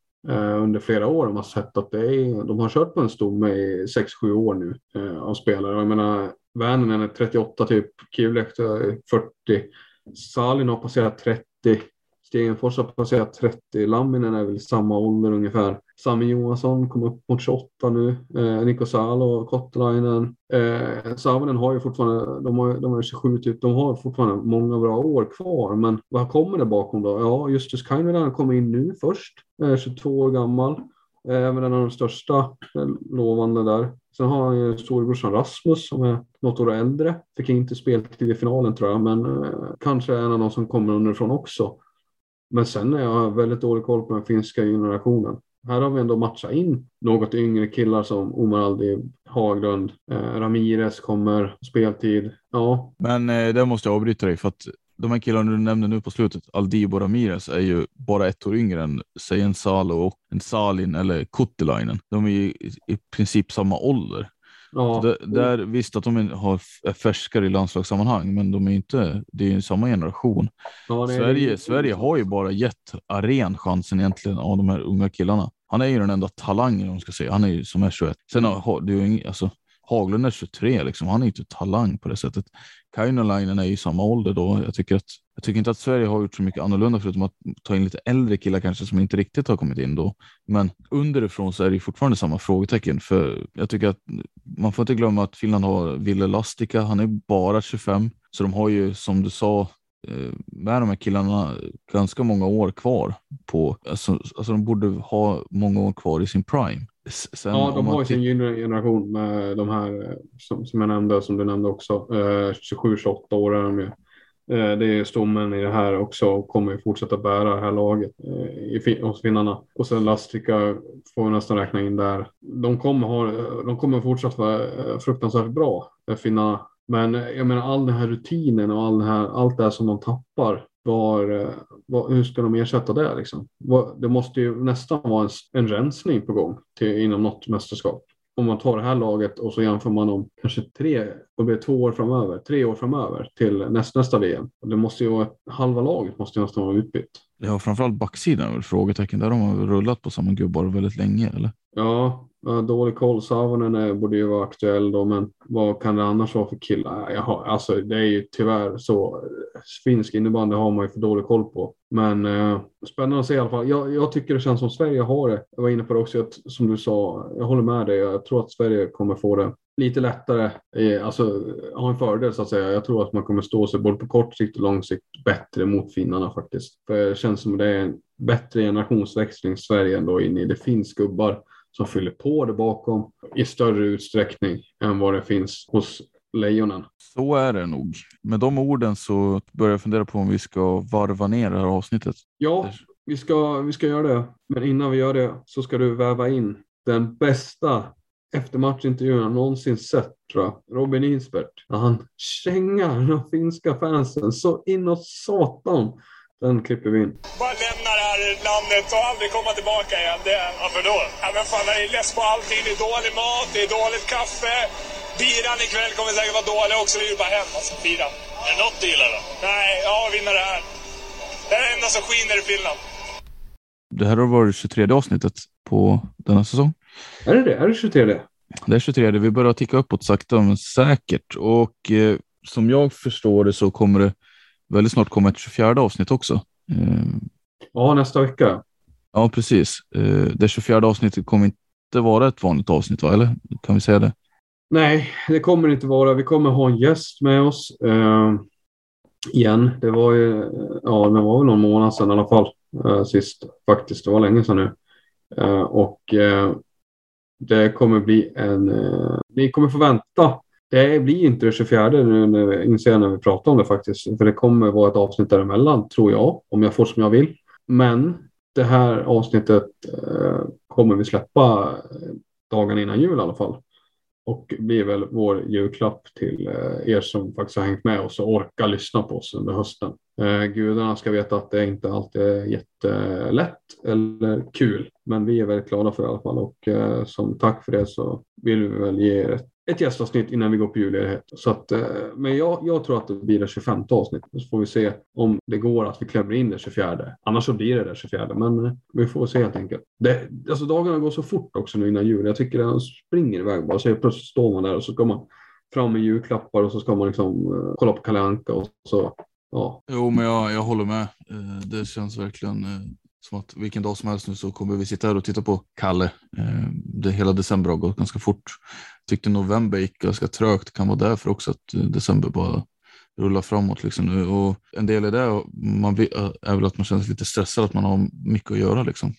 eh, under flera år. De har sett att det är, de har kört på en stomme i sex sju år nu eh, av spelare. Jag menar, Värnen är trettioåtta typ, Kulek fyrtio, Salin har passerat trettio, Stegenfors har passerat trettio, Lamminen är väl i samma ålder ungefär. Sami Johansson kom upp mot tjugoåtta nu, eh, Niko Salo, Kottelainen, eh, Savonen har ju fortfarande, de har, de har tjugosju typ, de har fortfarande många bra år kvar, men vad kommer det bakom då? Ja, Justus Kainelainen kommer in nu först, eh, tjugotvå år gammal, även en av de största eh, lovande där. Sen har han ju storebrorsan Rasmus som är något år äldre, fick inte speltid i finalen tror jag, men eh, kanske en av de som kommer underifrån också. Men sen är jag väldigt dålig koll på den finska generationen. Här har vi ändå matchat in något yngre killar som Omar Aldi, Haglund, eh, Ramirez kommer, speltid. Ja. Men eh, där måste jag avbryta dig för att de här killarna du nämnde nu på slutet, Aldibo och Ramirez, är ju bara ett år yngre än säg en Salo och en Salin eller Kottelainen. De är ju i, i princip samma ålder. Ja. Där, där visst att de är, har, är färskare i landslagssammanhang, men de är inte, det är ju samma generation. Ja, det är Sverige, det. Sverige har ju bara gett Aren chansen egentligen av de här unga killarna. Han är ju den enda talangen om man ska säga. Han är ju som är tjugoett. Sen har du ju alltså Haglund är tjugotre liksom. Han är ju inte talang på det sättet. Kainelainen är ju samma ålder då. Jag tycker att jag tycker inte att Sverige har gjort så mycket annorlunda förutom att ta in lite äldre killar kanske som inte riktigt har kommit in då. Men underifrån så är det fortfarande samma frågetecken. För jag tycker att man får inte glömma att Finland har Ville Lastika. Han är bara tjugofem. Så de har ju som du sa med de här killarna ganska många år kvar på, alltså, alltså de borde ha många år kvar i sin prime. Sen, ja, de har ju t- sin generation med de här som, som jag nämnde, som du nämnde också, eh, tjugosju tjugoåtta år är de ju. Eh, det är stommen i det här också och kommer ju fortsätta bära det här laget eh, i, hos finnarna. Och sen Lastika får vi nästan räkna in där. De kommer, ha, de kommer fortsatt vara fruktansvärt bra, finnarna. Men jag menar all den här rutinen och all den här, allt det här som de tappar, var, var, hur ska de ersätta det liksom? Det måste ju nästan vara en, en rensning på gång till, inom något mästerskap. Om man tar det här laget och så jämför man dem kanske tre, och blir två år framöver, tre år framöver till nästa, nästa V M. Det måste ju vara, halva laget måste ju nästan vara utbytt. Ja, framförallt backsidan är väl frågetecken. Där har man rullat på samma gubbar väldigt länge, eller? Ja, dålig koll. Savonen borde ju vara aktuell då, men vad kan det annars vara för killar? Jaha, alltså det är ju tyvärr så. Finsk innebandy har man ju för dålig koll på. Men eh, spännande att se i alla fall. Jag, jag tycker det känns som Sverige har det. Jag var inne på det också, att, som du sa, jag håller med dig. Jag tror att Sverige kommer få det lite lättare, eh, alltså ha en fördel så att säga. Jag tror att man kommer stå sig både på kort sikt och lång sikt bättre mot finnarna faktiskt. För det känns som det är en bättre generationsväxling i Sverige ändå in i. Det finns gubbar som fyller på det bakom i större utsträckning än vad det finns hos lejonen. Så är det nog. Med de orden så börjar jag fundera på om vi ska varva ner det här avsnittet. Ja, vi ska, vi ska göra det. Men innan vi gör det så ska du väva in den bästa eftermatchintervjun jag någonsin sett, tror jag. Robin Insbert. När han kängar de finska fansen så inåt satan. Den klipper vi in. Bara lämna det här landet och aldrig komma tillbaka igen. Det... Varför då? Ja, men fan, jag är less på allting. Det är dålig mat, det är dåligt kaffe. Biran ikväll kommer säkert vara dålig också. Vi vill bara hem, alltså. Biran. Är det något du gillar då? Nej, ja, vinna det här. Det är det enda som skiner i Finland. Det här har varit tjugotredje avsnittet på denna säsong. Är det det? Är det tjugotredje? Det är tjugotredje. Vi börjar ticka uppåt sakta men säkert. Och eh, som jag förstår det så kommer det väldigt snart komma ett tjugofjärde avsnitt också. Eh, ja, nästa vecka. Ja, precis. Eh, det tjugofjärde avsnittet kommer inte inte vara ett vanligt avsnitt, va? Eller kan vi säga det? Nej, det kommer inte vara. Vi kommer ha en gäst med oss uh, igen. Det var ju, ja, det var väl någon månad sedan i alla fall. Uh, sist faktiskt, det var länge sedan nu. Uh, och uh, det kommer bli en... Uh, ni kommer få vänta. Det blir inte det tjugofjärde nu när vi inser när vi pratar om det faktiskt. För det kommer vara ett avsnitt däremellan, tror jag. Om jag får som jag vill. Men det här avsnittet uh, kommer vi släppa dagen innan jul i alla fall. Och blir väl vår julklapp till uh, er som faktiskt har hängt med oss och orkar lyssna på oss under hösten. Uh, gudarna ska veta att det inte alltid är jättelätt eller kul. Men vi är väldigt glada för det i alla fall. Och uh, som tack för det så vill vi väl ge er ett, ett gästavsnitt innan vi går på julledighet. Så att, uh, men jag, jag tror att det blir det tjugofemte avsnitt. Så får vi se om det går att vi klämmer in det tjugofjärde. Annars så blir det det tjugofjärde. Men uh, vi får se helt enkelt. Det, alltså dagarna går så fort också nu innan jul. Jag tycker att den springer iväg bara. Så plötsligt står man där och så ska man fram med julklappar och så ska man liksom uh, kolla på Kalle Anka och så. Ja. Jo, men jag, jag håller med. Det känns verkligen som att vilken dag som helst nu så kommer vi sitta här och titta på Kalle. Det hela december har gått ganska fort. Tyckte november gick ganska trögt. Kan vara därför också att december bara rullar framåt liksom nu. Och en del är det man blir, är väl att man känner sig lite stressad att man har mycket att göra liksom.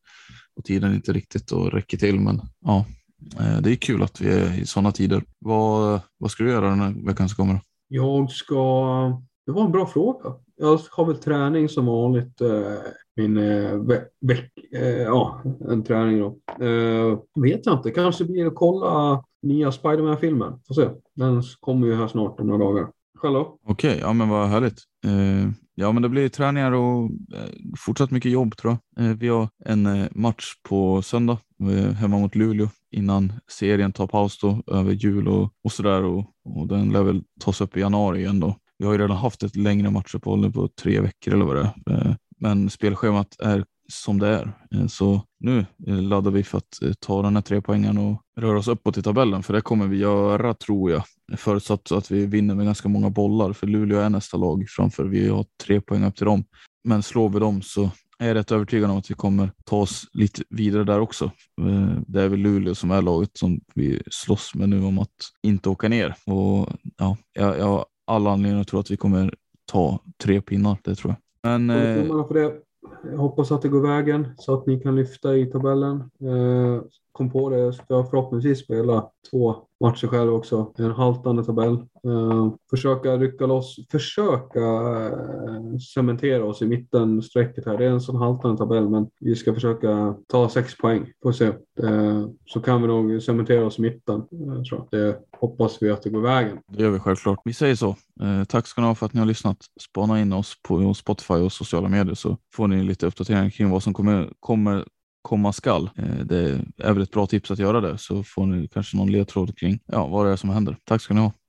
Och tiden inte riktigt och räcker till. Men ja, det är kul att vi är i sådana tider. Vad, vad ska du göra den här veckan som kommer? Jag ska... Det var en bra fråga. Jag har väl träning som vanligt. Eh, min eh, veck... Eh, ja, en träning då. Eh, vet jag inte. Kanske blir det att kolla nya Spider-Man-filmen. Får se. Den kommer ju här snart om några dagar. Själv då? Okej, okay, ja men vad härligt. Eh, ja men det blir träningar och eh, fortsatt mycket jobb tror jag. Eh, vi har en eh, match på söndag eh, hemma mot Luleå innan serien tar paus då över jul och, och sådär. Och, och den lär väl tas upp i januari igen då. Vi har ju redan haft ett längre matchuppehåll på tre veckor eller vad det är. Men spelschemat är som det är. Så nu laddar vi för att ta den här tre poängen och röra oss uppåt i tabellen. För det kommer vi göra tror jag. Förutsatt att vi vinner med ganska många bollar. För Luleå är nästa lag framför. Vi har tre poäng upp till dem. Men slår vi dem så är jag rätt övertygad om att vi kommer ta oss lite vidare där också. Det är väl Luleå som är laget som vi slåss med nu om att inte åka ner. Och ja, jag, jag alla anledningar tror att vi kommer ta tre pinnar, det tror jag. Men, eh... för det. Jag hoppas att det går vägen så att ni kan lyfta i tabellen. Eh, kom på det, jag ska förhoppningsvis spela två matcher själv också. En haltande tabell. Eh, försöka rycka loss, försöka eh, cementera oss i mitten strecket här. Det är en sån haltande tabell, men vi ska försöka ta sex poäng. Får se. Eh, så kan vi nog cementera oss i mitten. Eh, tror jag. Det hoppas vi att det går vägen. Det gör vi självklart. Vi säger så. Eh, tack ska ni ha för att ni har lyssnat. Spana in oss på Spotify och sociala medier så får ni lite uppdateringar kring vad som kommer, kommer komma skall. Eh, det är väl ett bra tips att göra det så får ni kanske någon ledtråd kring ja, vad det är som händer. Tack ska ni ha.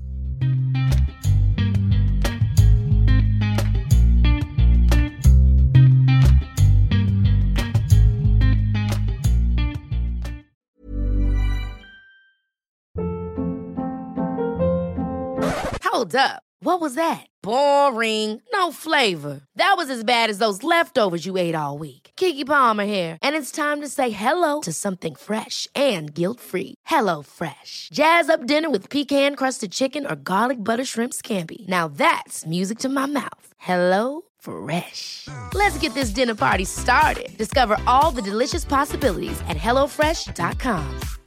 Hold up. What was that? Boring. No flavor. That was as bad as those leftovers you ate all week. Keke Palmer here, and it's time to say hello to something fresh and guilt-free. Hello Fresh. Jazz up dinner with pecan-crusted chicken or garlic butter shrimp scampi. Now that's music to my mouth. Hello Fresh. Let's get this dinner party started. Discover all the delicious possibilities at hello fresh dot com.